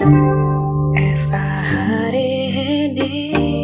Eva hari ini.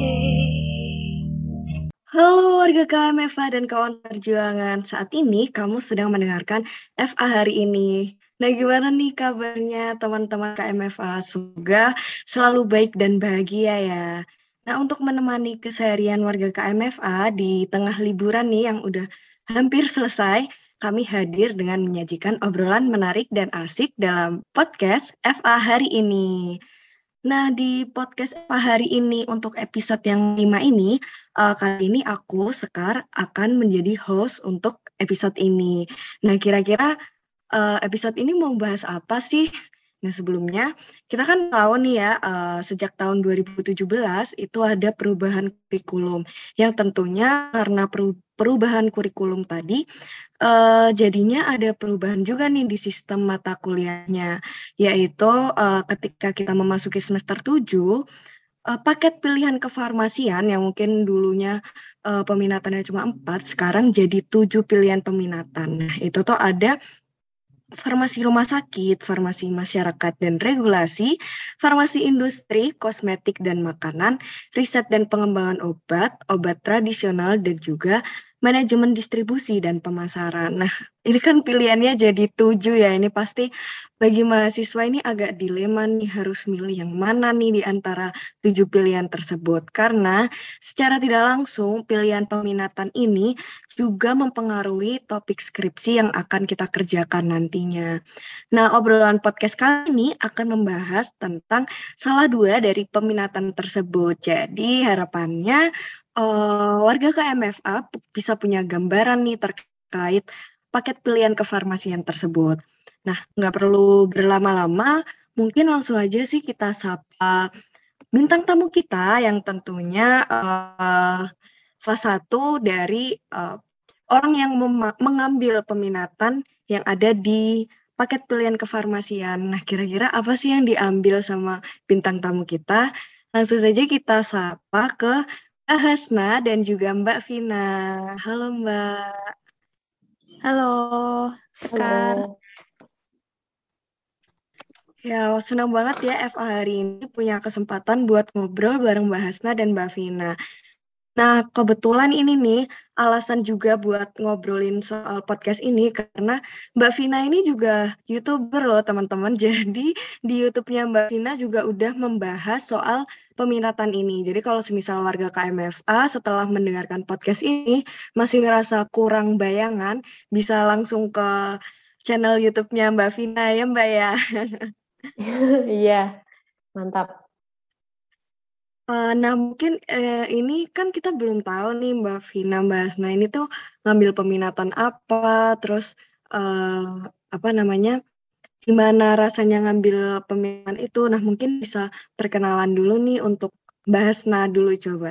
Halo warga KMFA dan kawan perjuangan. Saat ini kamu sedang mendengarkan FA hari ini. Nah, gimana nih kabarnya teman-teman KMFA? Semoga selalu baik dan bahagia ya. Nah, untuk menemani keseharian warga KMFA di tengah liburan nih yang udah hampir selesai, kami hadir dengan menyajikan obrolan menarik dan asik dalam podcast FA hari ini. Nah, di podcast hari ini untuk episode yang 5 ini, kali ini aku, Sekar, akan menjadi host untuk episode ini. Nah, kira-kira episode ini mau bahas apa sih? Nah, sebelumnya kita kan tahu nih ya, sejak tahun 2017 itu ada perubahan kurikulum yang tentunya karena perubahan kurikulum tadi, jadinya ada perubahan juga nih di sistem mata kuliahnya, yaitu ketika kita memasuki semester 7, paket pilihan kefarmasian yang mungkin dulunya peminatannya cuma 4, sekarang jadi 7 pilihan peminatan. Nah, itu tuh ada farmasi rumah sakit, farmasi masyarakat dan regulasi, farmasi industri, kosmetik dan makanan, riset dan pengembangan obat, obat tradisional, dan juga manajemen distribusi dan pemasaran. Nah, ini kan pilihannya jadi 7 ya. Ini pasti bagi mahasiswa ini agak dilema nih harus milih yang mana nih di antara 7 pilihan tersebut. Karena secara tidak langsung pilihan peminatan ini juga mempengaruhi topik skripsi yang akan kita kerjakan nantinya. Nah, obrolan podcast kali ini akan membahas tentang salah dua dari peminatan tersebut. Jadi, harapannya warga KMFA bisa punya gambaran nih terkait paket pilihan kefarmasian tersebut. Nah, nggak perlu berlama-lama, mungkin langsung aja sih kita sapa bintang tamu kita yang tentunya salah satu dari orang yang mengambil peminatan yang ada di paket pilihan kefarmasian. Nah, kira-kira apa sih yang diambil sama bintang tamu kita? Langsung saja kita sapa ke Mbak Hasna dan juga Mbak Vina. Halo Mbak. Halo, Sekar. Halo. Ya, senang banget ya FA hari ini punya kesempatan buat ngobrol bareng Mbak Hasna dan Mbak Vina. Nah, kebetulan ini nih alasan juga buat ngobrolin soal podcast ini karena Mbak Vina ini juga YouTuber loh teman-teman. Jadi di YouTube-nya Mbak Vina juga udah membahas soal peminatan ini. Jadi kalau semisal warga KMFA setelah mendengarkan podcast ini masih ngerasa kurang bayangan, bisa langsung ke channel YouTube-nya Mbak Vina ya Mbak ya. Iya, mantap. Nah mungkin ini kan kita belum tahu nih Mbak Vina, Mbak Hasna ini tuh ngambil peminatan apa, terus apa namanya, gimana rasanya ngambil peminatan itu. Nah mungkin bisa perkenalan dulu nih untuk Mbak Hasna dulu coba.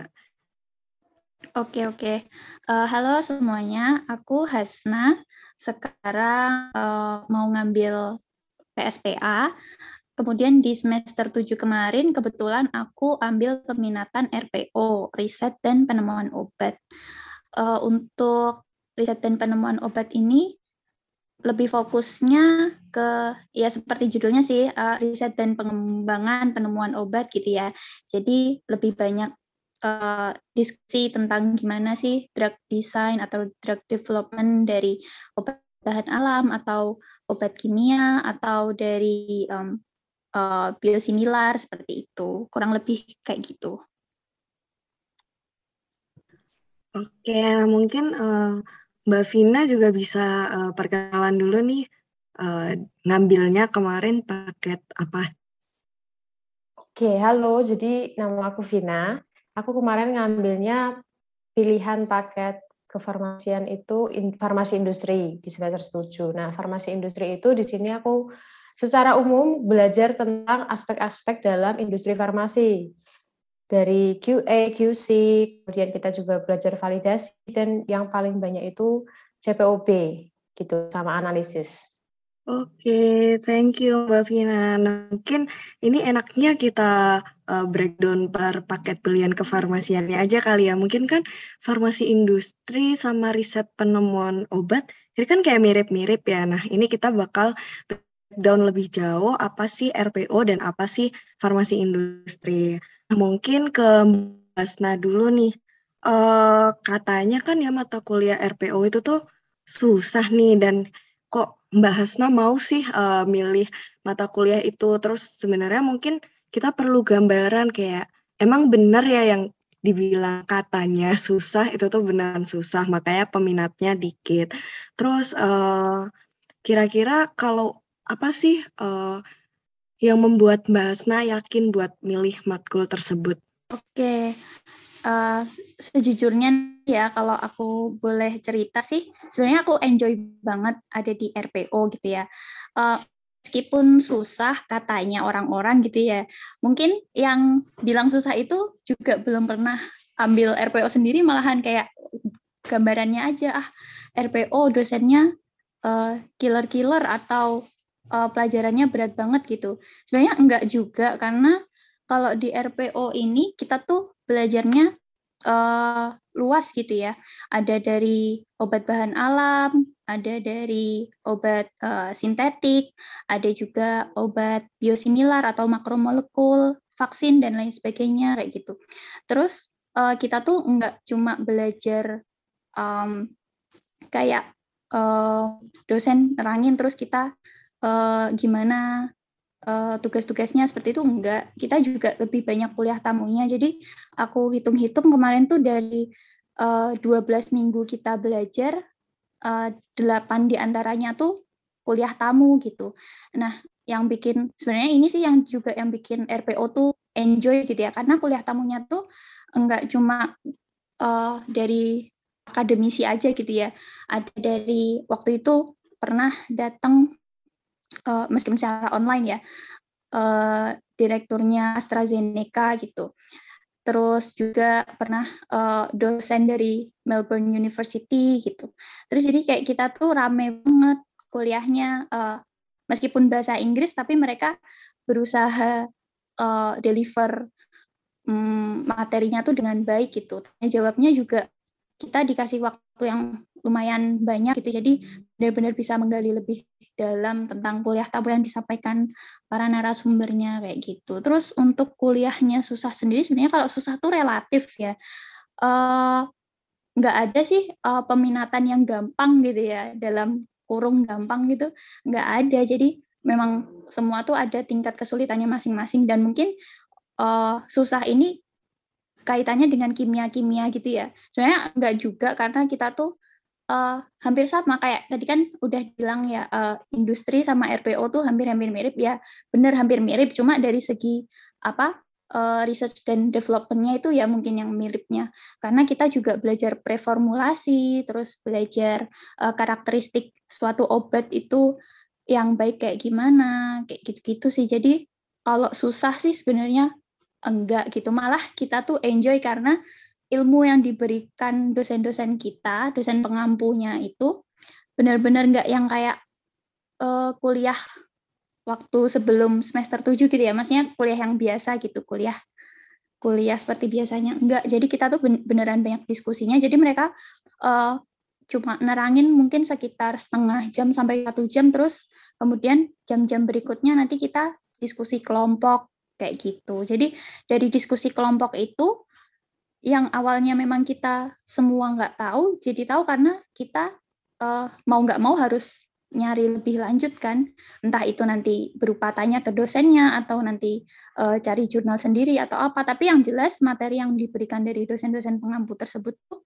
Oke. Halo semuanya, aku Hasna. Sekarang mau ngambil PSPA. Kemudian di semester 7 kemarin kebetulan aku ambil peminatan RPO, riset dan penemuan obat. Untuk riset dan penemuan obat ini lebih fokusnya ke ya seperti judulnya sih, riset dan pengembangan penemuan obat gitu ya. Jadi lebih banyak diskusi tentang gimana sih drug design atau drug development dari obat bahan alam atau obat kimia atau dari biosimilar seperti itu. Kurang lebih kayak gitu. Oke, nah mungkin Mbak Vina juga bisa perkenalan dulu nih, ngambilnya kemarin paket apa. Oke, halo. Jadi nama aku Vina. Aku kemarin ngambilnya pilihan paket kefarmasian itu farmasi industri di semester 7. Nah, farmasi industri itu di sini aku secara umum belajar tentang aspek-aspek dalam industri farmasi. Dari QA, QC, kemudian kita juga belajar validasi, dan yang paling banyak itu CPOB, gitu, sama analisis. Oke, thank you Mbak Vina. Nah, mungkin ini enaknya kita breakdown per paket pilihan kefarmasiannya aja kali ya. Mungkin kan farmasi industri sama riset penemuan obat, ini kan kayak mirip-mirip ya. Nah, ini kita bakal breakdown lebih jauh apa sih RPO dan apa sih farmasi industri. Nah, mungkin ke Mbak Hasna dulu nih. Katanya kan ya mata kuliah RPO itu tuh susah nih dan kok Mbak Hasna mau sih milih mata kuliah itu. Terus sebenarnya mungkin kita perlu gambaran kayak emang benar ya yang dibilang katanya susah itu tuh beneran susah, makanya peminatnya dikit. Terus kira-kira kalau apa sih yang membuat Mbak Hasna yakin buat milih matkul tersebut? Oke, sejujurnya ya kalau aku boleh cerita sih, sebenarnya aku enjoy banget ada di RPO gitu ya. Meskipun susah katanya orang-orang gitu ya, mungkin yang bilang susah itu juga belum pernah ambil RPO sendiri, malahan kayak gambarannya aja, RPO dosennya killer-killer atau pelajarannya berat banget gitu. Sebenarnya enggak juga, karena kalau di RPO ini kita tuh belajarnya luas gitu ya. Ada dari obat bahan alam, ada dari obat sintetik, ada juga obat biosimilar atau makromolekul, vaksin dan lain sebagainya kayak gitu. Terus kita tuh nggak cuma belajar kayak dosen nerangin terus kita gimana tugas-tugasnya seperti itu, enggak. Kita juga lebih banyak kuliah tamunya. Jadi aku hitung-hitung kemarin tuh dari 12 minggu kita belajar, 8 diantaranya tuh kuliah tamu gitu. Nah, yang bikin sebenarnya ini sih yang juga yang bikin RPO tuh enjoy gitu ya, karena kuliah tamunya tuh enggak cuma dari akademisi aja gitu ya. Ada dari waktu itu pernah datang meskipun secara online ya, direkturnya AstraZeneca gitu. Terus juga pernah dosen dari Melbourne University gitu. Terus jadi kayak kita tuh rame banget kuliahnya, meskipun bahasa Inggris tapi mereka berusaha deliver materinya tuh dengan baik gitu. Jawabnya juga kita dikasih waktu yang lumayan banyak gitu, jadi benar-benar bisa menggali lebih dalam tentang kuliah tamu yang disampaikan para narasumbernya kayak gitu. Terus untuk kuliahnya susah sendiri, sebenarnya kalau susah tuh relatif ya. Nggak ada sih peminatan yang gampang gitu ya, dalam kurung gampang gitu, nggak ada. Jadi memang semua tuh ada tingkat kesulitannya masing-masing, dan mungkin susah ini kaitannya dengan kimia-kimia gitu ya. Sebenarnya enggak juga, karena kita tuh hampir sama kayak tadi kan udah bilang ya, industri sama RPO tuh hampir-hampir mirip ya. Bener hampir mirip, cuma dari segi apa, research dan development-nya itu ya mungkin yang miripnya. Karena kita juga belajar preformulasi, terus belajar karakteristik suatu obat itu yang baik kayak gimana, kayak gitu-gitu sih. Jadi kalau susah sih sebenarnya enggak gitu, malah kita tuh enjoy karena ilmu yang diberikan dosen-dosen kita, dosen pengampunya itu benar-benar enggak yang kayak kuliah waktu sebelum semester 7 gitu ya, maksudnya kuliah yang biasa gitu, kuliah seperti biasanya, enggak. Jadi kita tuh beneran banyak diskusinya, jadi mereka cuma nerangin mungkin sekitar setengah jam sampai 1 jam, terus kemudian jam-jam berikutnya nanti kita diskusi kelompok kayak gitu. Jadi dari diskusi kelompok itu yang awalnya memang kita semua nggak tahu, jadi tahu karena kita mau nggak mau harus nyari lebih lanjut kan, entah itu nanti berupa tanya ke dosennya atau nanti cari jurnal sendiri atau apa. Tapi yang jelas materi yang diberikan dari dosen-dosen pengampu tersebut tuh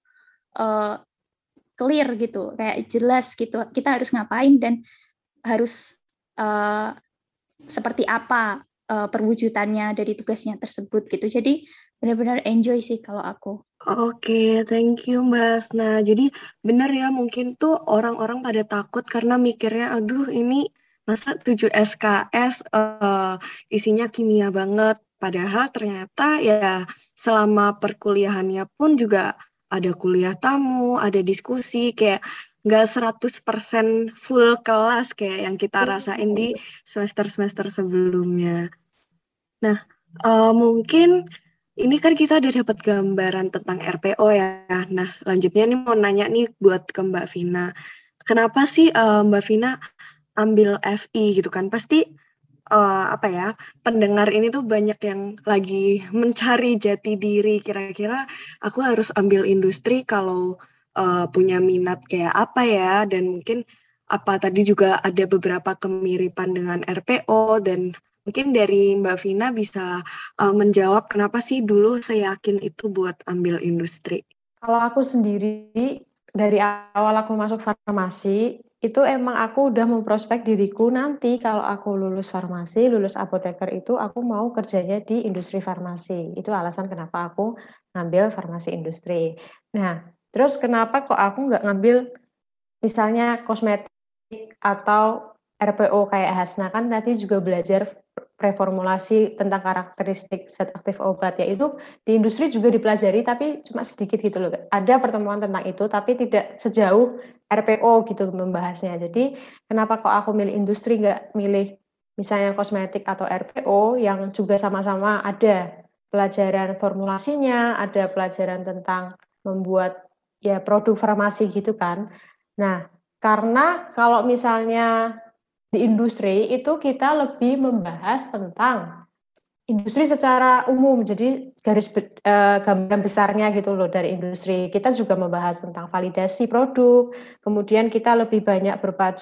clear gitu, kayak jelas gitu. Kita harus ngapain dan harus seperti apa perwujudannya dari tugasnya tersebut gitu. Jadi benar-benar enjoy sih kalau aku. Oke, thank you Mbak. Nah, jadi benar ya mungkin tuh orang-orang pada takut karena mikirnya, aduh ini masa 7 SKS isinya kimia banget. Padahal ternyata ya selama perkuliahannya pun juga ada kuliah tamu, ada diskusi, kayak nggak 100% full kelas kayak yang kita rasain di semester-semester sebelumnya. Nah, mungkin ini kan kita udah dapat gambaran tentang RPO ya. Nah, selanjutnya nih mau nanya nih buat ke Mbak Vina. Kenapa sih Mbak Vina ambil FI gitu kan, pasti pendengar ini tuh banyak yang lagi mencari jati diri. Kira-kira aku harus ambil industri kalau punya minat kayak apa ya? Dan mungkin tadi juga ada beberapa kemiripan dengan RPO, dan mungkin dari Mbak Vina bisa menjawab kenapa sih dulu saya yakin itu buat ambil industri. Kalau aku sendiri, dari awal aku masuk farmasi, itu emang aku udah memprospek diriku nanti kalau aku lulus farmasi, lulus apoteker itu aku mau kerjanya di industri farmasi. Itu alasan kenapa aku ngambil farmasi industri. Nah, terus kenapa kok aku nggak ngambil misalnya kosmetik atau RPO kayak Hasna, kan tadi juga belajar reformulasi tentang karakteristik zat aktif obat, yaitu di industri juga dipelajari tapi cuma sedikit gitu loh. Ada pertemuan tentang itu tapi tidak sejauh RPO gitu membahasnya. Jadi kenapa kok aku milih industri nggak milih misalnya kosmetik atau RPO yang juga sama-sama ada pelajaran formulasinya, ada pelajaran tentang membuat ya produk farmasi gitu kan. Nah, karena kalau misalnya di industri itu kita lebih membahas tentang industri secara umum, jadi gambaran besarnya gitu loh dari industri. Kita juga membahas tentang validasi produk, kemudian kita lebih banyak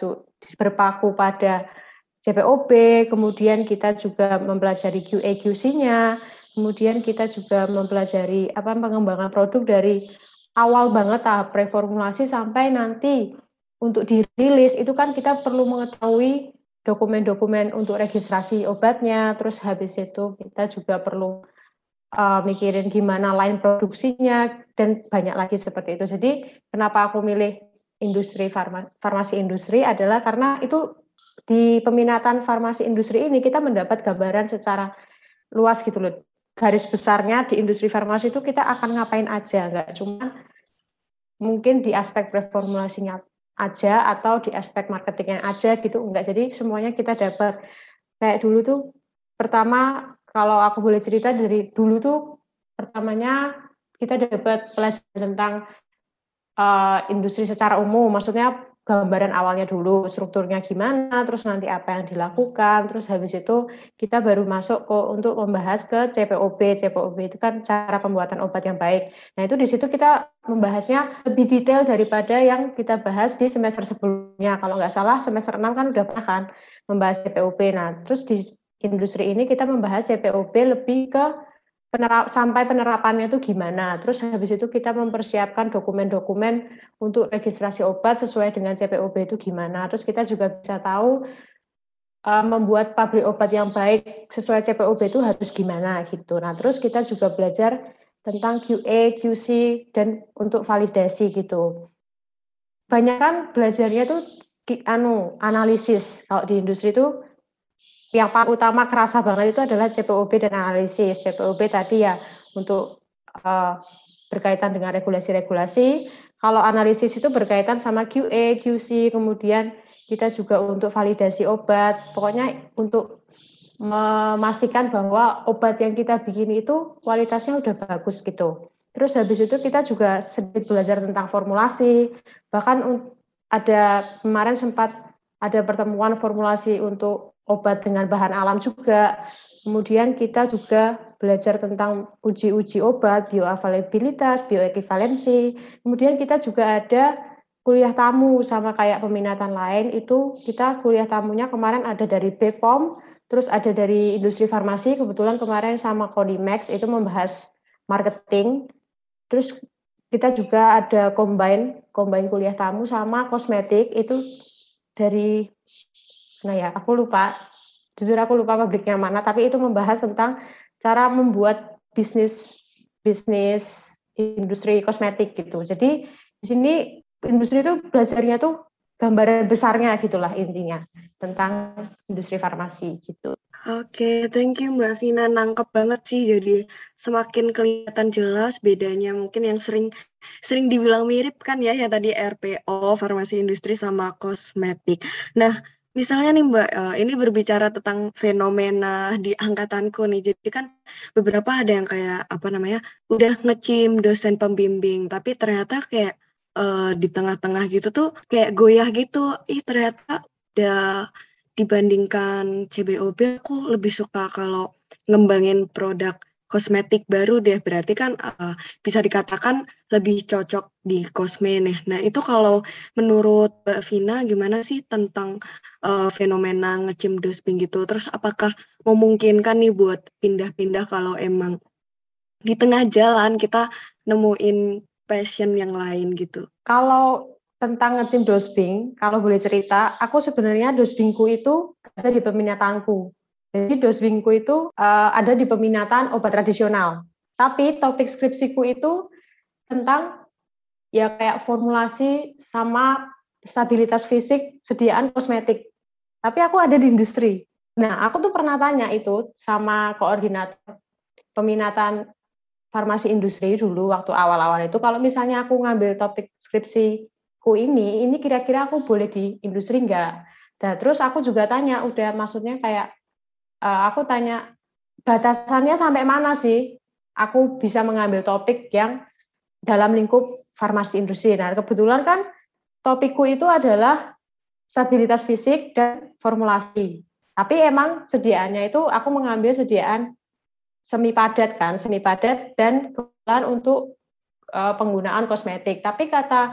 berpaku pada CPOB, kemudian kita juga mempelajari QA QC-nya, kemudian kita juga mempelajari pengembangan produk dari awal banget tahap preformulasi sampai nanti untuk dirilis. Itu kan kita perlu mengetahui dokumen-dokumen untuk registrasi obatnya, terus habis itu kita juga perlu mikirin gimana line produksinya, dan banyak lagi seperti itu. Jadi kenapa aku milih industri farmasi industri adalah karena itu di peminatan farmasi industri ini kita mendapat gambaran secara luas gitu loh. Garis besarnya di industri farmasi itu kita akan ngapain aja, nggak cuma mungkin di aspek reformulasinya aja atau di aspek marketingnya aja gitu, enggak. Jadi semuanya kita dapat. Kayak dulu tuh pertama, kalau aku boleh cerita dari dulu tuh pertamanya kita dapat pelajaran tentang industri secara umum, maksudnya gambaran awalnya dulu, strukturnya gimana, terus nanti apa yang dilakukan, terus habis itu kita baru masuk untuk membahas ke CPOB. CPOB itu kan cara pembuatan obat yang baik. Nah itu di situ kita membahasnya lebih detail daripada yang kita bahas di semester sebelumnya. Kalau nggak salah semester 6 kan udah pernah kan membahas CPOB. Nah terus di industri ini kita membahas CPOB lebih ke sampai penerapannya itu gimana. Terus habis itu kita mempersiapkan dokumen-dokumen untuk registrasi obat sesuai dengan CPOB itu gimana. Terus kita juga bisa tahu membuat pabrik obat yang baik sesuai CPOB itu harus gimana gitu. Nah, terus kita juga belajar tentang QA, QC, dan untuk validasi gitu. Banyak kan belajarnya tuh analisis. Kalau di industri itu yang paling utama kerasa banget itu adalah CPOB dan analisis. CPOB tadi ya untuk berkaitan dengan regulasi-regulasi. Kalau analisis itu berkaitan sama QA, QC, kemudian kita juga untuk validasi obat. Pokoknya untuk memastikan bahwa obat yang kita bikin itu kualitasnya udah bagus gitu. Terus habis itu kita juga sedikit belajar tentang formulasi. Bahkan ada kemarin sempat ada pertemuan formulasi untuk obat dengan bahan alam juga. Kemudian kita juga belajar tentang uji-uji obat, bioavailabilitas, bioekivalensi. Kemudian kita juga ada kuliah tamu sama kayak peminatan lain, itu kita kuliah tamunya kemarin ada dari BPOM, terus ada dari industri farmasi, kebetulan kemarin sama Kodimax itu membahas marketing. Terus kita juga ada combine kuliah tamu sama kosmetik, itu dari aku lupa pabriknya mana, tapi itu membahas tentang cara membuat bisnis industri kosmetik gitu. Jadi di sini industri itu belajarnya tuh gambaran besarnya gitulah intinya tentang industri farmasi gitu. Oke, thank you Mbak Vina, nangkep banget sih, jadi semakin kelihatan jelas bedanya mungkin yang sering dibilang mirip kan ya, yang tadi RPO, farmasi industri sama kosmetik. Nah, misalnya nih Mbak, ini berbicara tentang fenomena di angkatanku nih, jadi kan beberapa ada yang kayak udah ngecim dosen pembimbing, tapi ternyata kayak di tengah-tengah gitu tuh kayak goyah gitu, ternyata dibandingkan CBOB, aku lebih suka kalau ngembangin produk kosmetik baru deh. Berarti kan bisa dikatakan lebih cocok di kosme nih. Nah, itu kalau menurut Mbak Vina gimana sih tentang fenomena ngecimdosing gitu? Terus apakah memungkinkan nih buat pindah-pindah kalau emang di tengah jalan kita nemuin passion yang lain gitu? Kalau tentang ngecim dosbing, kalau boleh cerita, aku sebenarnya dosbingku itu ada di peminatanku. Jadi dosbingku itu ada di peminatan obat tradisional. Tapi topik skripsiku itu tentang ya kayak formulasi sama stabilitas fisik sediaan kosmetik. Tapi aku ada di industri. Nah, aku tuh pernah tanya itu sama koordinator peminatan farmasi industri dulu waktu awal-awal itu, kalau misalnya aku ngambil topik skripsiku ini kira-kira aku boleh di industri enggak? Dan terus aku juga tanya, udah maksudnya kayak aku tanya batasannya sampai mana sih aku bisa mengambil topik yang dalam lingkup farmasi industri. Nah, kebetulan kan topikku itu adalah stabilitas fisik dan formulasi. Tapi emang sediaannya itu aku mengambil sediaan semi padat dan kebetulan untuk penggunaan kosmetik. Tapi kata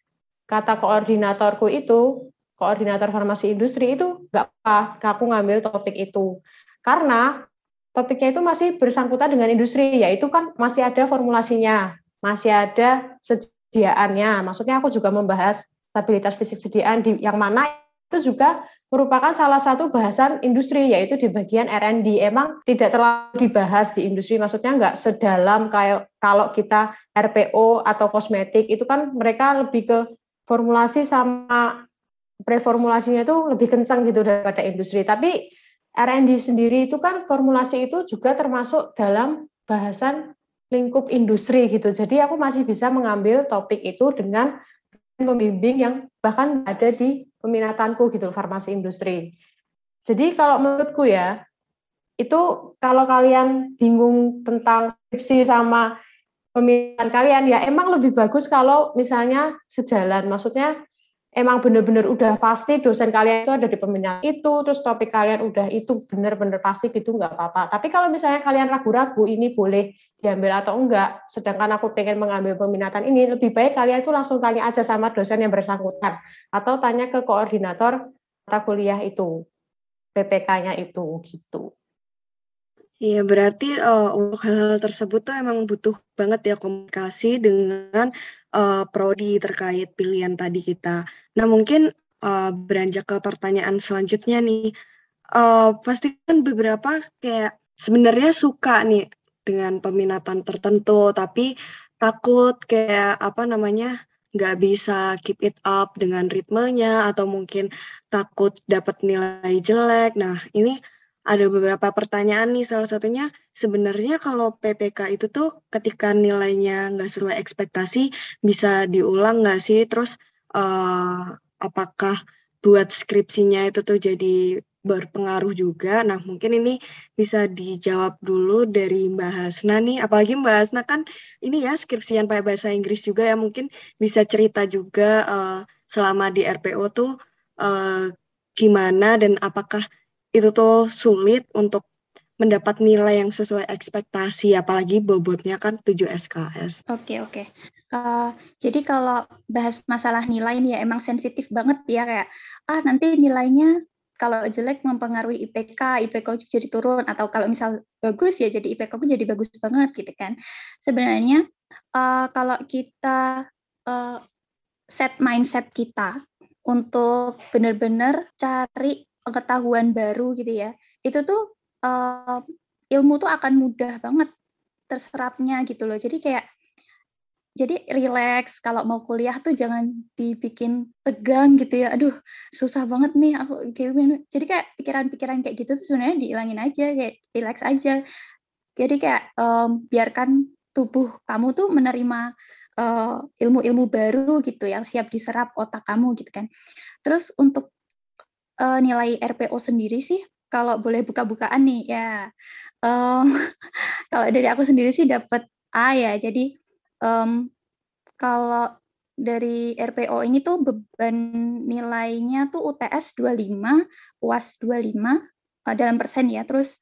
koordinatorku itu, koordinator farmasi industri itu nggak apa, aku ngambil topik itu. Karena topiknya itu masih bersangkutan dengan industri, yaitu kan masih ada formulasinya, masih ada sediaannya. Maksudnya aku juga membahas stabilitas fisik sediaan yang mana itu juga merupakan salah satu bahasan industri, yaitu di bagian R&D. Emang tidak terlalu dibahas di industri, maksudnya nggak sedalam kayak kalau kita RPO atau kosmetik, itu kan mereka lebih ke formulasi sama preformulasinya itu lebih kencang gitu daripada industri. Tapi R&D sendiri itu kan formulasi itu juga termasuk dalam bahasan lingkup industri gitu. Jadi aku masih bisa mengambil topik itu dengan pembimbing yang bahkan ada di peminatanku gitu, farmasi industri. Jadi kalau menurutku ya, itu kalau kalian bingung tentang skripsi sama peminatan kalian, ya emang lebih bagus kalau misalnya sejalan. Maksudnya emang benar-benar udah pasti dosen kalian itu ada di peminat itu, terus topik kalian udah itu benar-benar pasti gitu, nggak apa-apa. Tapi kalau misalnya kalian ragu-ragu ini boleh diambil atau enggak, sedangkan aku pengen mengambil peminatan ini, lebih baik kalian itu langsung tanya aja sama dosen yang bersangkutan, atau tanya ke koordinator mata kuliah itu, PPK-nya itu, gitu. Iya, berarti untuk hal-hal tersebut tuh emang butuh banget ya komunikasi dengan prodi terkait pilihan tadi kita. Nah, mungkin beranjak ke pertanyaan selanjutnya nih. Pasti kan beberapa kayak sebenarnya suka nih dengan peminatan tertentu, tapi takut kayak apa namanya nggak bisa keep it up dengan ritmenya atau mungkin takut dapat nilai jelek. Nah, ini ada beberapa pertanyaan nih, salah satunya sebenarnya kalau PPK itu tuh ketika nilainya nggak sesuai ekspektasi bisa diulang nggak sih? Terus apakah buat skripsinya itu tuh jadi berpengaruh juga? Nah, mungkin ini bisa dijawab dulu dari Mbak Hasna nih, apalagi Mbak Hasna kan ini ya skripsian pakai bahasa Inggris juga ya, mungkin bisa cerita juga selama di RPO tuh gimana dan apakah itu tuh sulit untuk mendapat nilai yang sesuai ekspektasi, apalagi bobotnya kan 7 SKS. Oke. Jadi kalau bahas masalah nilai nih ya emang sensitif banget ya, kayak nanti nilainya kalau jelek mempengaruhi IPK jadi turun, atau kalau misal bagus ya jadi IPK aku jadi bagus banget gitu kan. Sebenarnya kalau kita set mindset kita untuk benar-benar cari pengetahuan baru gitu ya, itu tuh ilmu tuh akan mudah banget terserapnya gitu loh. Jadi relax, kalau mau kuliah tuh jangan dibikin tegang gitu ya. Aduh, susah banget nih aku gimana. Jadi kayak pikiran-pikiran kayak gitu tuh sebenarnya dihilangin aja, kayak relax aja. Jadi kayak biarkan tubuh kamu tuh menerima ilmu-ilmu baru gitu yang siap diserap otak kamu gitu kan. Terus untuk nilai RPO sendiri sih, kalau boleh buka-bukaan nih ya. Kalau dari aku sendiri sih dapat A ya. Jadi kalau dari RPO ini tuh beban nilainya tuh UTS 25, UAS 25 dalam persen ya. Terus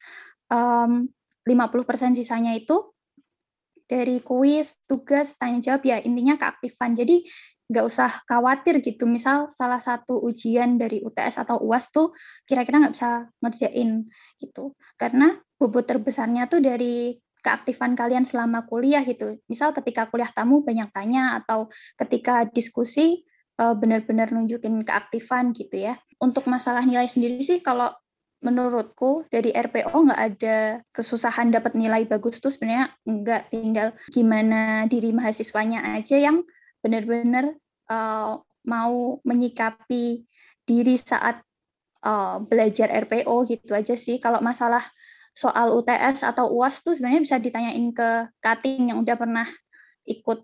50% sisanya itu dari kuis, tugas, tanya jawab ya, intinya keaktifan. Jadi nggak usah khawatir gitu. Misal salah satu ujian dari UTS atau UAS tuh kira-kira nggak bisa ngerjain gitu. Karena bobot terbesarnya tuh dari keaktifan kalian selama kuliah gitu. Misal ketika kuliah tamu banyak tanya, atau ketika diskusi benar-benar nunjukin keaktifan gitu ya. Untuk masalah nilai sendiri sih, kalau menurutku dari RPO nggak ada kesusahan dapat nilai bagus tuh sebenarnya nggak, tinggal gimana diri mahasiswanya aja yang benar-benar mau menyikapi diri saat belajar RPO gitu aja sih. Kalau masalah soal UTS atau UAS tuh sebenarnya bisa ditanyain ke cutting yang udah pernah ikut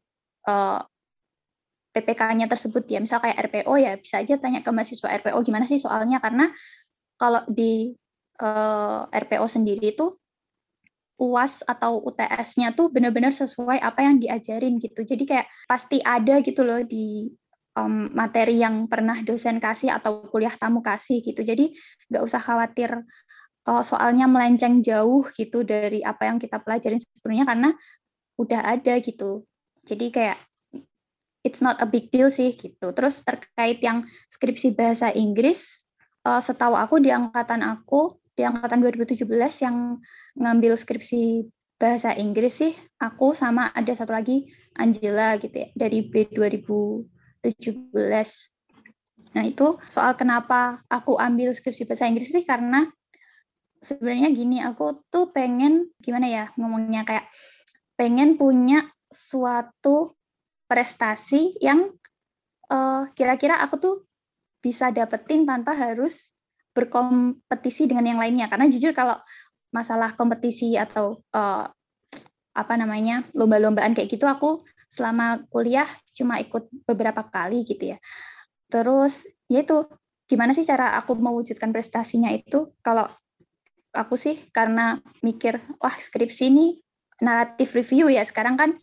PPK-nya tersebut ya. Misal kayak RPO ya bisa aja tanya ke mahasiswa RPO gimana sih soalnya, karena kalau di RPO sendiri itu UAS atau UTS-nya tuh benar-benar sesuai apa yang diajarin gitu. Jadi kayak pasti ada gitu loh di materi yang pernah dosen kasih atau kuliah tamu kasih gitu. Jadi nggak usah khawatir soalnya melenceng jauh gitu dari apa yang kita pelajarin sebelumnya, karena udah ada gitu. Jadi kayak it's not a big deal sih gitu. Terus terkait yang skripsi bahasa Inggris, setahu aku di angkatan 2017 yang ngambil skripsi bahasa Inggris sih, aku sama ada satu lagi Angela gitu ya, dari B 2017. Nah itu soal kenapa aku ambil skripsi bahasa Inggris sih, karena sebenarnya gini, aku tuh pengen, gimana ya ngomongnya, kayak pengen punya suatu prestasi yang kira-kira aku tuh bisa dapetin tanpa harus berkompetisi dengan yang lainnya. Karena jujur kalau masalah kompetisi atau lomba-lombaan kayak gitu, aku selama kuliah cuma ikut beberapa kali gitu ya. Terus ya itu, gimana sih cara aku mewujudkan prestasinya itu? Kalau aku sih karena mikir, wah skripsi ini naratif review ya, sekarang kan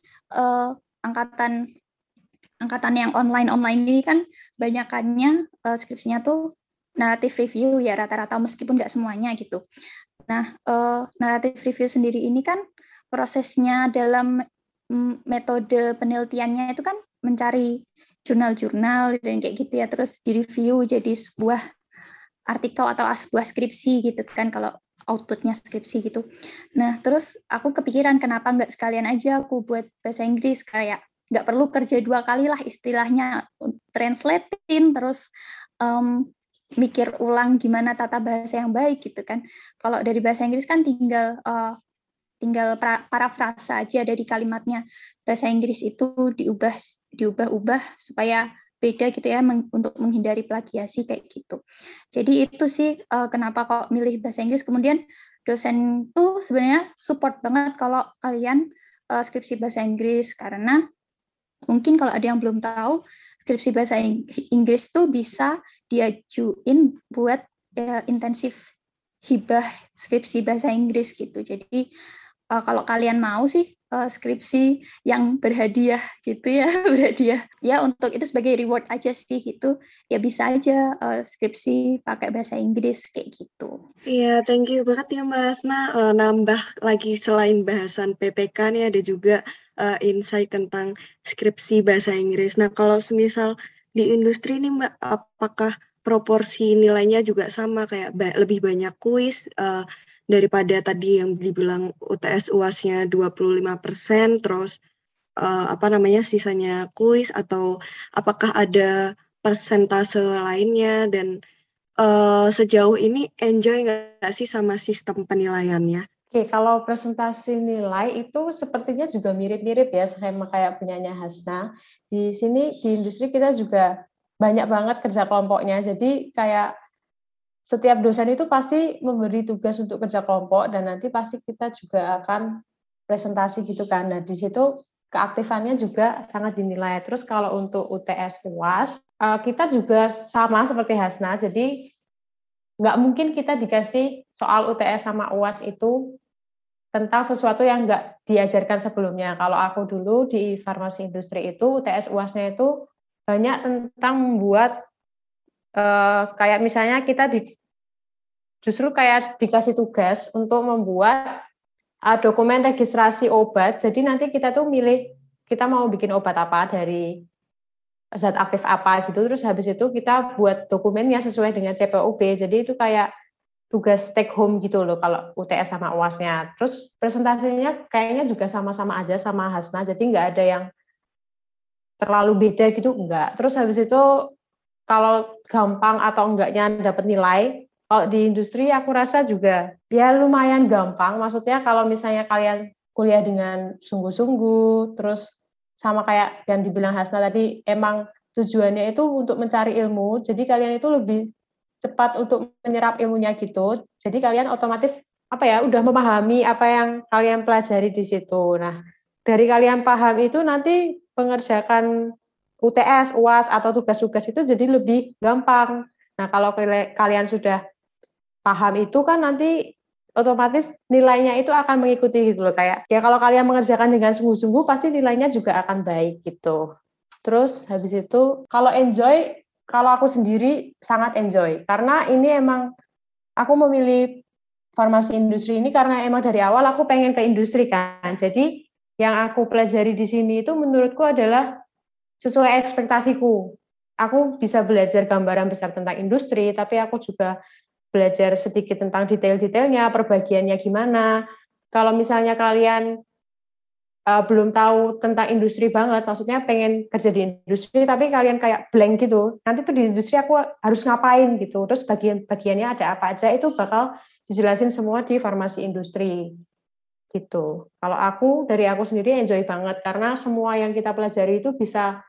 angkatan yang online ini kan banyakannya skripsinya tuh naratif review ya rata-rata, meskipun nggak semuanya gitu. Nah, naratif review sendiri ini kan prosesnya dalam metode penelitiannya itu kan mencari jurnal-jurnal dan kayak gitu ya, terus direview jadi sebuah artikel atau sebuah skripsi gitu kan, kalau outputnya skripsi gitu. Nah, terus aku kepikiran kenapa nggak sekalian aja aku buat bahasa Inggris, kayak nggak perlu kerja 2 kali lah istilahnya, translatein terus mikir ulang gimana tata bahasa yang baik gitu kan. Kalau dari bahasa Inggris kan tinggal parafrasa aja dari kalimatnya. Bahasa Inggris itu diubah-ubah supaya beda gitu ya, untuk menghindari plagiasi kayak gitu. Jadi itu sih kenapa kok milih bahasa Inggris. Kemudian dosen tuh sebenarnya support banget kalau kalian skripsi bahasa Inggris, karena mungkin kalau ada yang belum tahu, skripsi bahasa Inggris tuh bisa diajuin buat intensif hibah skripsi bahasa Inggris gitu. Jadi kalau kalian mau sih skripsi yang berhadiah gitu ya, berhadiah ya, untuk itu sebagai reward aja sih gitu, ya bisa aja skripsi pakai bahasa Inggris kayak gitu. Iya, thank you banget ya Mas. Nah, nambah lagi selain bahasan PPK nih ada juga insight tentang skripsi bahasa Inggris. Nah, kalau semisal di industri nih Mbak, apakah proporsi nilainya juga sama, kayak lebih banyak kuis daripada tadi yang dibilang UTS UAS-nya 25%, terus sisanya kuis, atau apakah ada persentase lainnya, dan sejauh ini enjoy nggak sih sama sistem penilaiannya? Oke, kalau presentasi nilai itu sepertinya juga mirip-mirip ya, sama kayak punyanya Hasna. Di sini di industri kita juga banyak banget kerja kelompoknya. Jadi kayak setiap dosen itu pasti memberi tugas untuk kerja kelompok, dan nanti pasti kita juga akan presentasi gitu kan. Nah, di situ keaktifannya juga sangat dinilai. Terus kalau untuk UTS UAS, kita juga sama seperti Hasna. Jadi nggak mungkin kita dikasih soal UTS sama UAS itu tentang sesuatu yang nggak diajarkan sebelumnya. Kalau aku dulu di farmasi industri itu UTS UAS-nya itu banyak tentang membuat kayak misalnya kita justru kayak dikasih tugas untuk membuat dokumen registrasi obat. Jadi nanti kita tuh milih kita mau bikin obat apa dari zat aktif apa gitu. Terus habis itu kita buat dokumennya sesuai dengan CPOB. Jadi itu kayak tugas take home gitu loh kalau UTS sama UAS-nya. Terus presentasinya kayaknya juga sama-sama aja sama Hasna. Jadi nggak ada yang terlalu beda gitu, enggak. Terus habis itu kalau gampang atau enggaknya dapat nilai, kalau di industri aku rasa juga ya lumayan gampang. Maksudnya kalau misalnya kalian kuliah dengan sungguh-sungguh, terus sama kayak yang dibilang Hasna tadi, emang tujuannya itu untuk mencari ilmu, jadi kalian itu lebih cepat untuk menyerap ilmunya gitu. Jadi kalian otomatis apa ya, udah memahami apa yang kalian pelajari di situ. Nah, dari kalian paham itu nanti mengerjakan UTS, UAS, atau tugas-tugas itu jadi lebih gampang. Nah, kalau kalian sudah paham itu kan nanti otomatis nilainya itu akan mengikuti gitu loh. Kayak ya kalau kalian mengerjakan dengan sungguh-sungguh pasti nilainya juga akan baik gitu. Terus habis itu kalau enjoy, kalau aku sendiri sangat enjoy. Karena ini emang aku memilih farmasi industri ini karena emang dari awal aku pengen ke industri kan. Jadi yang aku pelajari di sini itu menurutku adalah sesuai ekspektasiku. Aku bisa belajar gambaran besar tentang industri, tapi aku juga belajar sedikit tentang detail-detailnya, perbagiannya gimana. Kalau misalnya kalian belum tahu tentang industri banget, maksudnya pengen kerja di industri, tapi kalian kayak blank gitu, nanti tuh di industri aku harus ngapain gitu, terus bagian-bagiannya ada apa aja, itu bakal dijelasin semua di farmasi industri gitu. Kalau dari aku sendiri enjoy banget, karena semua yang kita pelajari itu bisa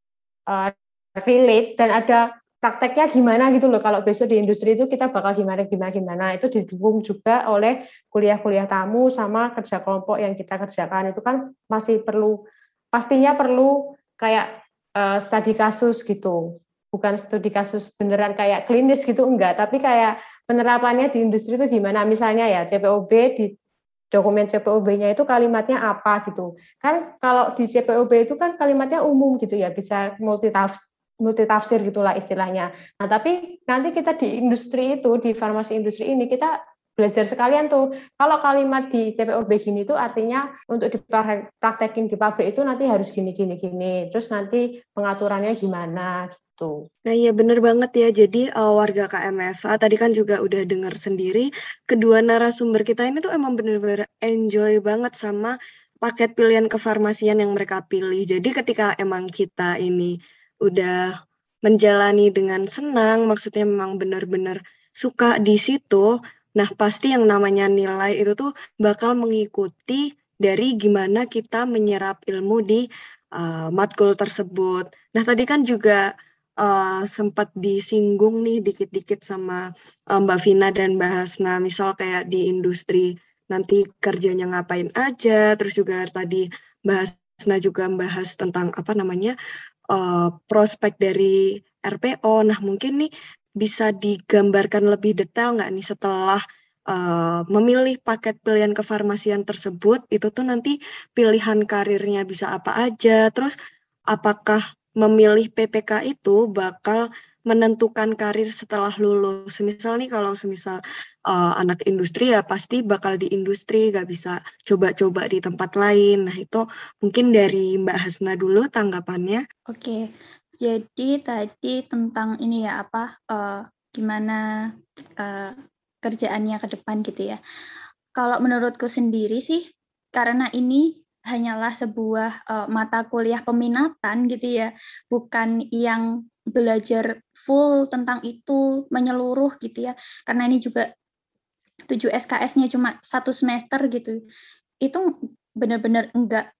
relate dan ada prakteknya gimana gitu loh. Kalau besok di industri itu kita bakal gimana itu didukung juga oleh kuliah-kuliah tamu sama kerja kelompok yang kita kerjakan. Itu kan masih pastinya perlu kayak studi kasus gitu, bukan studi kasus beneran kayak klinis gitu, enggak, tapi kayak penerapannya di industri itu gimana. Misalnya ya CPOB, di dokumen CPOB-nya itu kalimatnya apa gitu. Kan kalau di CPOB itu kan kalimatnya umum gitu ya, bisa multitafsir gitulah istilahnya. Nah, tapi nanti kita di industri itu, di farmasi industri ini, kita belajar sekalian tuh, kalau kalimat di CPOB gini tuh artinya untuk dipraktekin di pabrik itu nanti harus gini. Terus nanti pengaturannya gimana gitu. Nah, iya bener banget ya. Jadi warga KMFA tadi kan juga udah dengar sendiri, kedua narasumber kita ini tuh emang bener-bener enjoy banget sama paket pilihan kefarmasian yang mereka pilih. Jadi ketika emang kita ini udah menjalani dengan senang, maksudnya memang benar-benar suka di situ, nah pasti yang namanya nilai itu tuh bakal mengikuti dari gimana kita menyerap ilmu di matkul tersebut. Nah, tadi kan juga sempat disinggung nih dikit-dikit sama Mbak Vina dan Mbak Hasna, misal kayak di industri nanti kerjanya ngapain aja, terus juga tadi Mbak Hasna juga membahas tentang apa namanya prospek dari RPO. Nah mungkin nih bisa digambarkan lebih detail nggak nih setelah memilih paket pilihan kefarmasian tersebut, itu tuh nanti pilihan karirnya bisa apa aja, terus apakah memilih PPK itu bakal menentukan karir setelah lulus. Misal nih kalau semisal anak industri ya pasti bakal di industri, gak bisa coba-coba di tempat lain. Nah itu mungkin dari Mbak Hasna dulu tanggapannya. Oke, jadi tadi tentang ini ya gimana kerjaannya ke depan gitu ya. Kalau menurutku sendiri sih, karena ini hanyalah sebuah mata kuliah peminatan gitu ya, bukan yang belajar full tentang itu menyeluruh gitu ya. Karena ini juga 7 SKS-nya cuma 1 semester gitu. Itu benar-benar enggak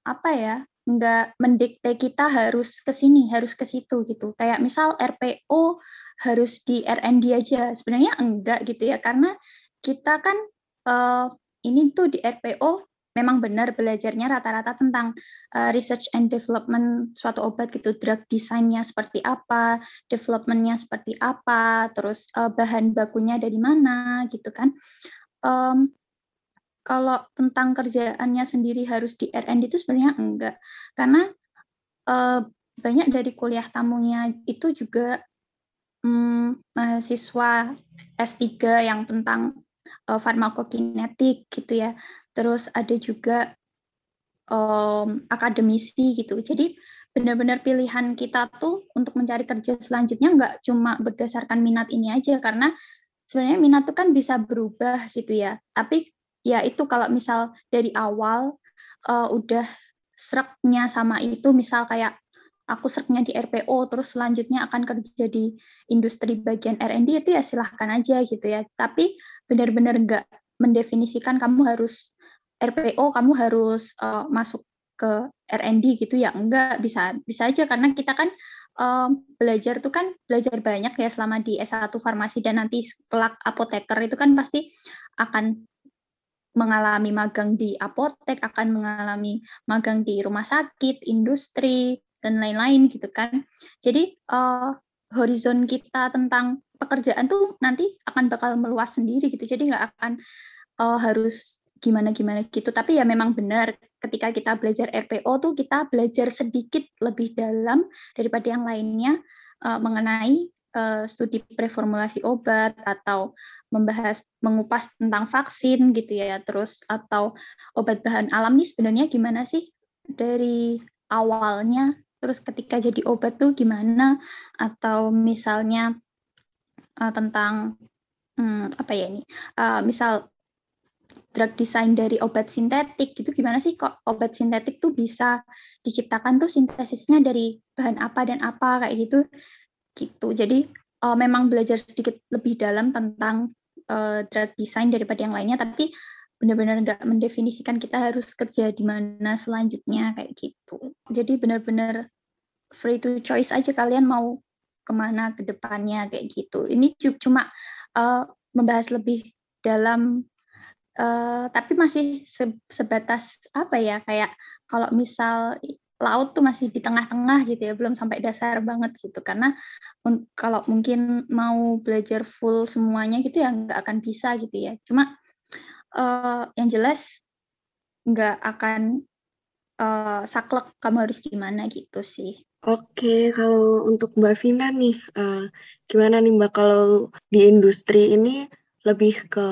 mendikte kita harus ke sini, harus ke situ gitu. Kayak misal RPO harus di R&D aja. Sebenarnya enggak gitu ya, karena kita kan ini tuh di RPO memang benar belajarnya rata-rata tentang research and development suatu obat gitu, drug design-nya seperti apa, development-nya seperti apa, terus bahan bakunya dari mana gitu kan. Kalau tentang kerjaannya sendiri harus di R&D itu sebenarnya enggak, karena banyak dari kuliah tamunya itu juga mahasiswa S3 yang tentang farmakokinetik gitu ya. Terus ada juga akademisi gitu. Jadi benar-benar pilihan kita tuh untuk mencari kerja selanjutnya nggak cuma berdasarkan minat ini aja, karena sebenarnya minat tuh kan bisa berubah gitu ya. Tapi ya itu kalau misal dari awal udah sreknya sama itu, misal kayak aku sreknya di RPO, terus selanjutnya akan kerja di industri bagian R&D, itu ya silahkan aja gitu ya. Tapi benar-benar nggak mendefinisikan kamu harus RPO, kamu harus masuk ke R&D gitu ya, enggak, bisa aja, karena kita kan belajar tuh kan belajar banyak ya selama di S1 farmasi, dan nanti kelak apoteker itu kan pasti akan mengalami magang di apotek, akan mengalami magang di rumah sakit, industri, dan lain-lain gitu kan. Jadi horizon kita tentang pekerjaan tuh nanti akan bakal meluas sendiri gitu. Jadi nggak akan harus gimana-gimana gitu. Tapi ya memang benar, ketika kita belajar RPO tuh kita belajar sedikit lebih dalam daripada yang lainnya mengenai studi preformulasi obat, atau mengupas tentang vaksin gitu ya, terus atau obat bahan alam nih sebenarnya gimana sih dari awalnya, terus ketika jadi obat tuh gimana, atau misalnya tentang apa ya ini, misal drug design dari obat sintetik gitu, gimana sih kok obat sintetik tuh bisa diciptakan tuh sintesisnya dari bahan apa dan apa kayak gitu. Jadi memang belajar sedikit lebih dalam tentang drug design daripada yang lainnya, tapi benar-benar nggak mendefinisikan kita harus kerja di mana selanjutnya kayak gitu. Jadi benar-benar free to choice aja kalian mau kemana ke depannya kayak gitu. Ini cuma membahas lebih dalam, tapi masih sebatas apa ya, kayak kalau misal laut tuh masih di tengah-tengah gitu ya, belum sampai dasar banget gitu, karena kalau mungkin mau belajar full semuanya gitu ya nggak akan bisa gitu ya. Cuma yang jelas nggak akan saklek kamu harus gimana gitu sih. Oke, kalau untuk Mbak Vina nih, gimana nih Mbak kalau di industri ini lebih ke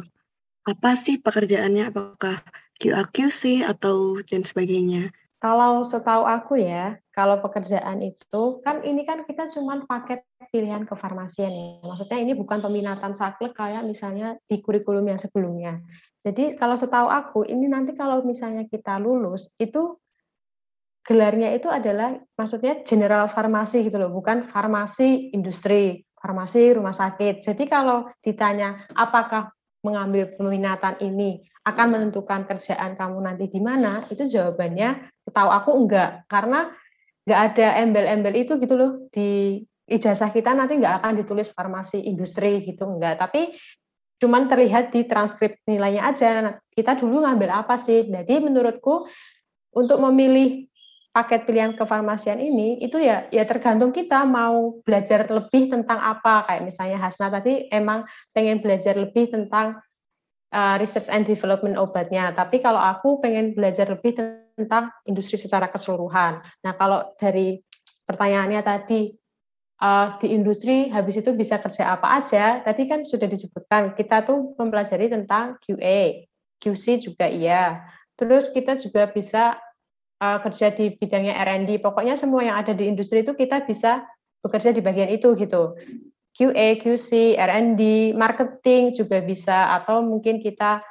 apa sih pekerjaannya? Apakah QA/QC atau dan sebagainya? Kalau setahu aku ya, kalau pekerjaan itu, kan ini kan kita cuma paket pilihan kefarmasian ya. Maksudnya ini bukan peminatan saklek kayak misalnya di kurikulum yang sebelumnya. Jadi kalau setahu aku, ini nanti kalau misalnya kita lulus, itu gelarnya itu adalah maksudnya general farmasi gitu loh, bukan farmasi industri, farmasi rumah sakit. Jadi kalau ditanya apakah mengambil peminatan ini akan menentukan kerjaan kamu nanti di mana, itu jawabannya tahu aku enggak, karena enggak ada embel-embel itu gitu loh di ijazah kita, nanti enggak akan ditulis farmasi industri gitu, enggak, tapi cuman terlihat di transkrip nilainya aja. Kita dulu ngambil apa sih? Jadi menurutku untuk memilih paket pilihan kefarmasian ini itu ya tergantung kita mau belajar lebih tentang apa. Kayak misalnya Hasna tadi emang pengen belajar lebih tentang research and development obatnya, tapi kalau aku pengen belajar lebih tentang industri secara keseluruhan. Nah, kalau dari pertanyaannya tadi di industri habis itu bisa kerja apa aja, tadi kan sudah disebutkan kita tuh mempelajari tentang QA, QC juga iya. Terus kita juga bisa kerja di bidangnya R&D, pokoknya semua yang ada di industri itu kita bisa bekerja di bagian itu gitu. QA, QC, R&D, marketing juga bisa, atau mungkin kita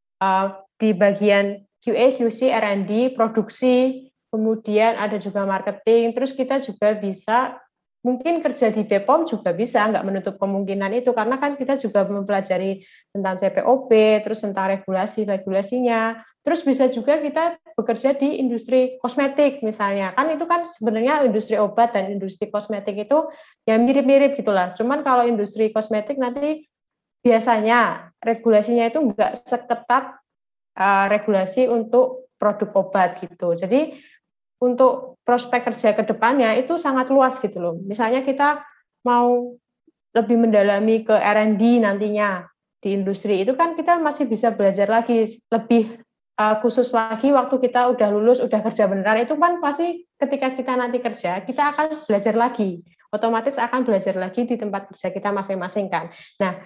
di bagian QA, QC, R&D, produksi, kemudian ada juga marketing, terus kita juga bisa mungkin kerja di BPOM juga bisa, nggak menutup kemungkinan itu, karena kan kita juga mempelajari tentang CPOB, terus tentang regulasinya, terus bisa juga kita bekerja di industri kosmetik misalnya, kan itu kan sebenarnya industri obat dan industri kosmetik itu ya mirip-mirip gitulah, cuman kalau industri kosmetik nanti biasanya regulasinya itu nggak seketat regulasi untuk produk obat gitu, jadi untuk prospek kerja ke depannya itu sangat luas gitu loh. Misalnya kita mau lebih mendalami ke R&D nantinya di industri, itu kan kita masih bisa belajar lagi lebih khusus lagi waktu kita udah lulus, udah kerja beneran, itu kan pasti ketika kita nanti kerja, kita akan belajar lagi. Otomatis akan belajar lagi di tempat kerja kita masing-masing kan. Nah,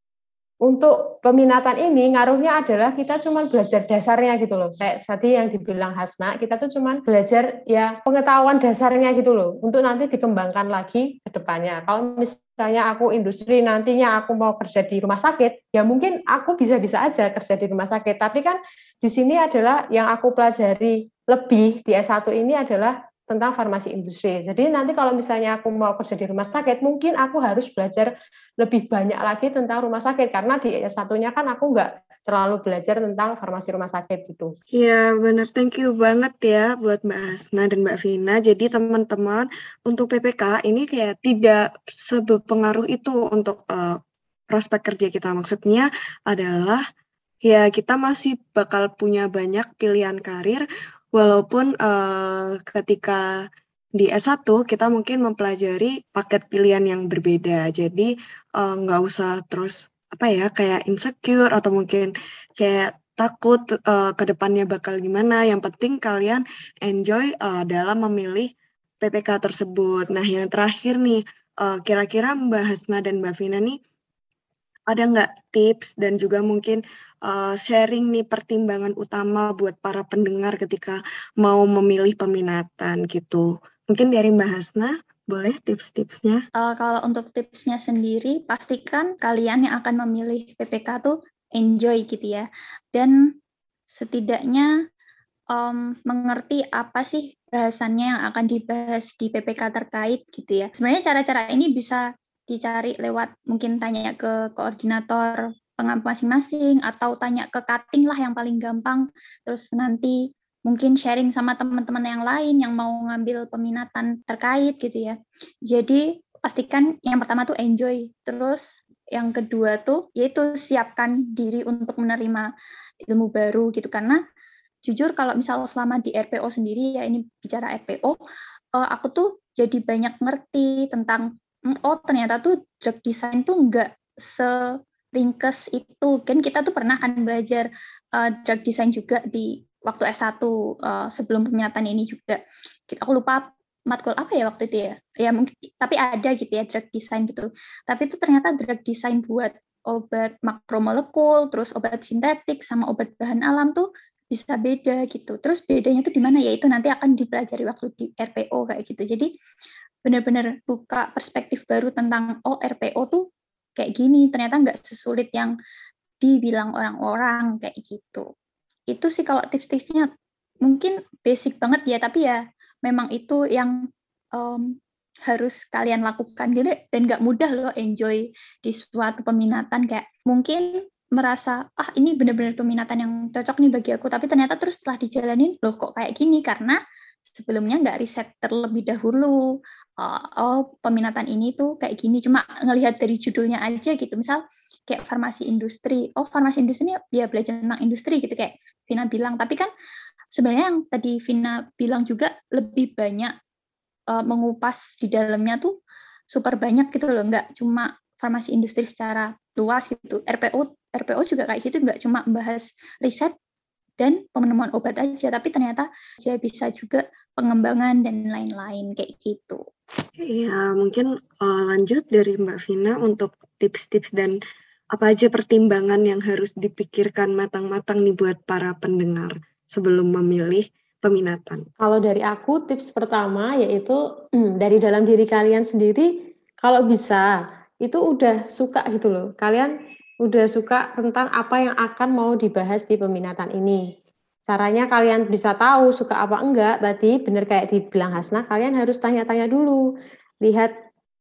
untuk peminatan ini ngaruhnya adalah kita cuma belajar dasarnya gitu loh. Kayak tadi yang dibilang Hasna, kita tuh cuma belajar ya pengetahuan dasarnya gitu loh. Untuk nanti dikembangkan lagi ke depannya. Kalau misalnya aku industri nantinya aku mau kerja di rumah sakit, ya mungkin aku bisa-bisa aja kerja di rumah sakit. Tapi kan di sini adalah yang aku pelajari lebih di S1 ini adalah tentang farmasi industri. Jadi nanti kalau misalnya aku mau kerja di rumah sakit, mungkin aku harus belajar lebih banyak lagi tentang rumah sakit, karena di S1-nya kan aku nggak terlalu belajar tentang farmasi rumah sakit gitu. Iya, benar. Thank you banget ya buat Mbak Hasna dan Mbak Vina. Jadi teman-teman, untuk PPK ini kayak tidak seberpengaruh itu untuk prospek kerja kita. Maksudnya adalah ya kita masih bakal punya banyak pilihan karir, walaupun ketika di S1 kita mungkin mempelajari paket pilihan yang berbeda. Jadi nggak usah terus kayak insecure atau mungkin kayak takut ke depannya bakal gimana. Yang penting kalian enjoy dalam memilih PPK tersebut. Nah, yang terakhir nih, kira-kira Mbak Hasna dan Mbak Vina nih ada nggak tips dan juga mungkin sharing nih pertimbangan utama buat para pendengar ketika mau memilih peminatan gitu. Mungkin dari Mbak Hasna, boleh tips-tipsnya? Kalau untuk tipsnya sendiri, pastikan kalian yang akan memilih PPK tuh enjoy gitu ya. Dan setidaknya mengerti apa sih bahasannya yang akan dibahas di PPK terkait gitu ya. Sebenarnya cara-cara ini bisa dicari lewat mungkin tanya ke koordinator pengampu masing-masing atau tanya ke cutting lah yang paling gampang. Terus nanti mungkin sharing sama teman-teman yang lain yang mau ngambil peminatan terkait gitu ya. Jadi pastikan yang pertama tuh enjoy. Terus yang kedua tuh yaitu siapkan diri untuk menerima ilmu baru gitu, karena jujur kalau misal selama di RPO sendiri ya, ini bicara RPO, aku tuh jadi banyak ngerti tentang ternyata tuh drug design tuh nggak seringkes itu. Kan kita tuh pernah kan belajar drug design juga di waktu S1 sebelum peminatan ini juga. Aku lupa matkul apa ya waktu itu ya. Ya mungkin tapi ada gitu ya drug design gitu. Tapi itu ternyata drug design buat obat makromolekul, terus obat sintetik sama obat bahan alam tuh bisa beda gitu. Terus bedanya tuh di mana? Ya itu nanti akan dipelajari waktu di RPO kayak gitu. Jadi benar-benar buka perspektif baru tentang RPO tuh kayak gini. Ternyata nggak sesulit yang dibilang orang-orang kayak gitu. Itu sih kalau tips-tipsnya mungkin basic banget ya, tapi ya memang itu yang harus kalian lakukan gitu, dan nggak mudah loh enjoy di suatu peminatan. Kayak mungkin merasa ini benar-benar peminatan yang cocok nih bagi aku, tapi ternyata terus setelah dijalanin loh kok kayak gini, karena sebelumnya nggak riset terlebih dahulu. Peminatan ini tuh kayak gini, cuma ngelihat dari judulnya aja gitu. Misal kayak farmasi industri, farmasi industri ya belajar tentang industri gitu kayak Vina bilang, tapi kan sebenarnya yang tadi Vina bilang juga lebih banyak mengupas di dalamnya tuh super banyak gitu loh, nggak cuma farmasi industri secara luas gitu. RPO juga kayak gitu, nggak cuma membahas riset dan penemuan obat aja, tapi ternyata saya bisa juga pengembangan dan lain-lain kayak gitu. Ya, mungkin lanjut dari Mbak Vina untuk tips-tips dan apa aja pertimbangan yang harus dipikirkan matang-matang nih buat para pendengar sebelum memilih peminatan. Kalau dari aku, tips pertama yaitu dari dalam diri kalian sendiri, kalau bisa, itu udah suka gitu loh. Kalian udah suka tentang apa yang akan mau dibahas di peminatan ini. Caranya kalian bisa tahu suka apa enggak, tadi bener kayak dibilang Hasna, kalian harus tanya-tanya dulu. Lihat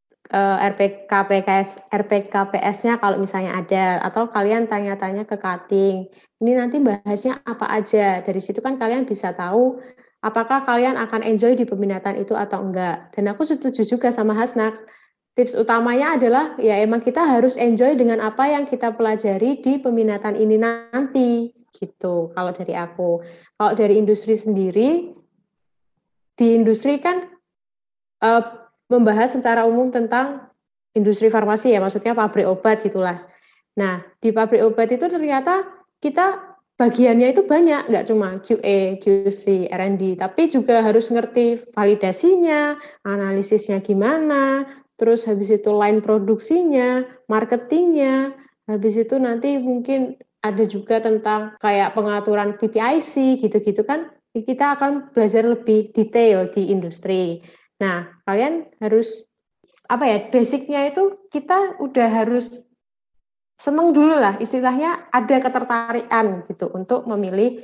RPKPS-nya kalau misalnya ada, atau kalian tanya-tanya ke cutting. Ini nanti bahasnya apa aja. Dari situ kan kalian bisa tahu apakah kalian akan enjoy di peminatan itu atau enggak. Dan aku setuju juga sama Hasna. Tips utamanya adalah ya emang kita harus enjoy dengan apa yang kita pelajari di peminatan ini nanti. Gitu kalau dari aku. Kalau dari industri sendiri, di industri kan membahas secara umum tentang industri farmasi ya, maksudnya pabrik obat gitulah. Nah, di pabrik obat itu ternyata kita bagiannya itu banyak, nggak cuma QA, QC, R&D, tapi juga harus ngerti validasinya, analisisnya gimana, terus habis itu line produksinya, marketingnya, habis itu nanti mungkin ada juga tentang kayak pengaturan PPIC, gitu-gitu kan, kita akan belajar lebih detail di industri. Nah, kalian harus, basicnya itu kita udah harus seneng dulu lah, istilahnya ada ketertarikan gitu untuk memilih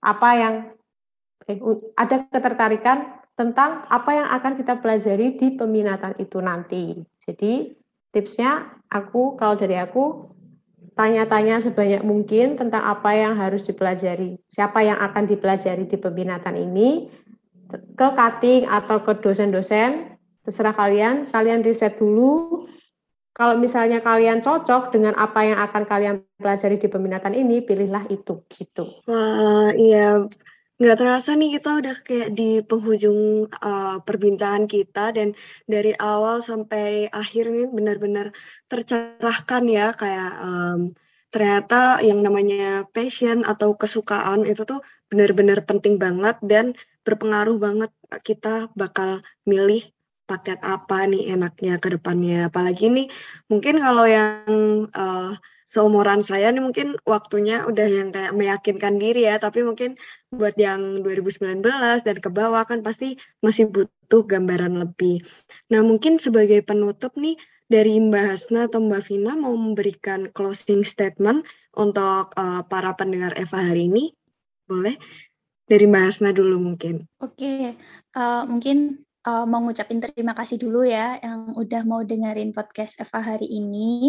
ada ketertarikan tentang apa yang akan kita pelajari di peminatan itu nanti. Jadi tipsnya kalau dari aku tanya-tanya sebanyak mungkin tentang apa yang harus dipelajari, siapa yang akan dipelajari di peminatan ini, ke cutting atau ke dosen-dosen, terserah kalian riset dulu. Kalau misalnya kalian cocok dengan apa yang akan kalian pelajari di peminatan ini, pilihlah itu, gitu. Wah, iya. Nggak terasa nih kita udah kayak di penghujung perbincangan kita, dan dari awal sampai akhir nih benar-benar tercerahkan ya, kayak ternyata yang namanya passion atau kesukaan itu tuh benar-benar penting banget dan berpengaruh banget kita bakal milih paket apa nih enaknya ke depannya. Apalagi nih mungkin kalau yang seumuran saya nih mungkin waktunya udah yang kayak meyakinkan diri ya, tapi mungkin buat yang 2019 dan ke bawah kan pasti masih butuh gambaran lebih. Nah, mungkin sebagai penutup nih dari Mbak Hasna atau Mbak Vina mau memberikan closing statement untuk para pendengar Eva hari ini. Boleh? Dari Mbak Hasna dulu mungkin. Oke, mungkin mau ngucapin terima kasih dulu ya yang udah mau dengerin podcast Eva hari ini.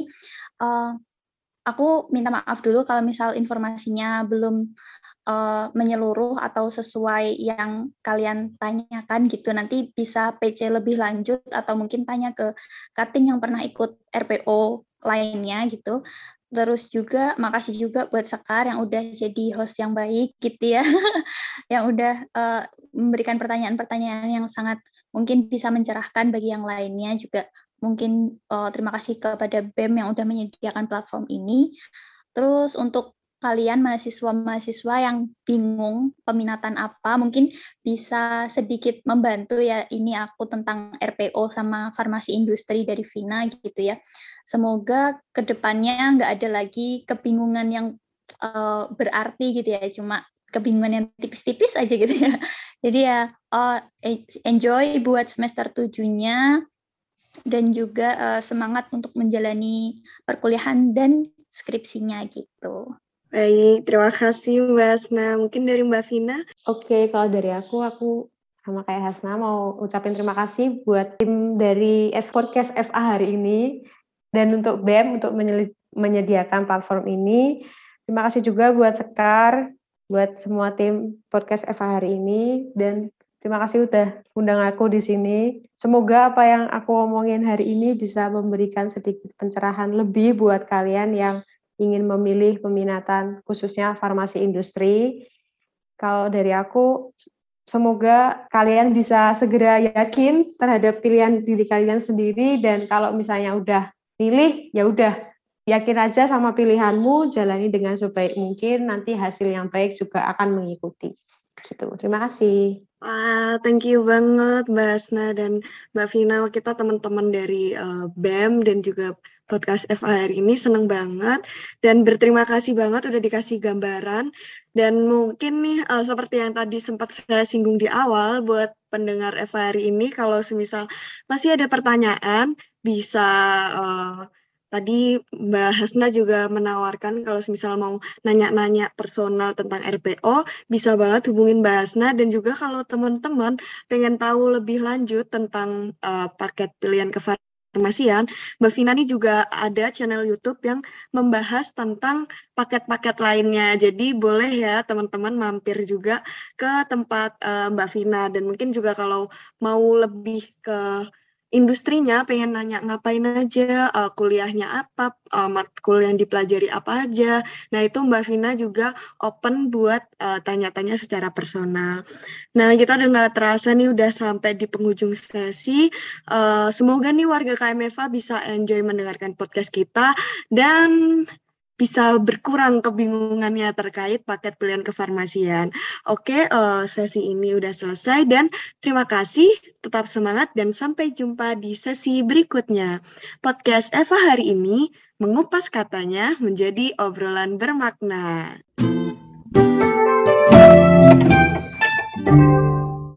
Aku minta maaf dulu kalau misal informasinya belum menyeluruh atau sesuai yang kalian tanyakan gitu. Nanti bisa PC lebih lanjut atau mungkin tanya ke cutting yang pernah ikut RPO lainnya gitu. Terus juga makasih juga buat Sekar yang udah jadi host yang baik gitu ya, yang udah memberikan pertanyaan-pertanyaan yang sangat mungkin bisa mencerahkan bagi yang lainnya juga. Mungkin terima kasih kepada BEM yang udah menyediakan platform ini. Terus untuk kalian mahasiswa-mahasiswa yang bingung peminatan apa, mungkin bisa sedikit membantu ya ini aku tentang RPO sama farmasi industri dari Vina gitu ya. Semoga kedepannya nggak ada lagi kebingungan yang berarti gitu ya, cuma kebingungan yang tipis-tipis aja gitu ya. Jadi ya enjoy buat semester 7-nya dan juga semangat untuk menjalani perkuliahan dan skripsinya gitu. Baik, terima kasih Mbak Hasna. Mungkin dari Mbak Vina? Oke, kalau dari aku sama kayak Hasna mau ucapin terima kasih buat tim dari podcast FA hari ini dan untuk BEM untuk menyediakan platform ini. Terima kasih juga buat Sekar, buat semua tim podcast FA hari ini, dan terima kasih udah undang aku di sini. Semoga apa yang aku omongin hari ini bisa memberikan sedikit pencerahan lebih buat kalian yang ingin memilih peminatan khususnya farmasi industri. Kalau dari aku, semoga kalian bisa segera yakin terhadap pilihan diri kalian sendiri, dan kalau misalnya udah pilih, ya udah yakin aja sama pilihanmu, jalani dengan sebaik mungkin, nanti hasil yang baik juga akan mengikuti. Gitu. Terima kasih. Thank you banget Mbak Hasna dan Mbak Vina. Kita teman-teman dari BEM dan juga podcast FA hari ini seneng banget dan berterima kasih banget udah dikasih gambaran. Dan mungkin nih seperti yang tadi sempat saya singgung di awal, buat pendengar FA hari ini, kalau semisal masih ada pertanyaan bisa tadi Mbak Hasna juga menawarkan kalau misal mau nanya-nanya personal tentang RPO, bisa banget hubungin Mbak Hasna. Dan juga kalau teman-teman pengen tahu lebih lanjut tentang paket pilihan kefarmasian, Mbak Vina ini juga ada channel YouTube yang membahas tentang paket-paket lainnya. Jadi boleh ya teman-teman mampir juga ke tempat Mbak Vina. Dan mungkin juga kalau mau lebih ke industrinya, pengen nanya ngapain aja, kuliahnya apa, matkul yang dipelajari apa aja. Nah, itu Mbak Vina juga open buat tanya-tanya secara personal. Nah, kita udah nggak terasa nih udah sampai di penghujung sesi. Semoga nih warga KMFA bisa enjoy mendengarkan podcast kita. Dan bisa berkurang kebingungannya terkait paket pilihan kefarmasian. Oke, sesi ini udah selesai dan terima kasih, tetap semangat dan sampai jumpa di sesi berikutnya. Podcast Eva hari ini mengupas katanya menjadi obrolan bermakna.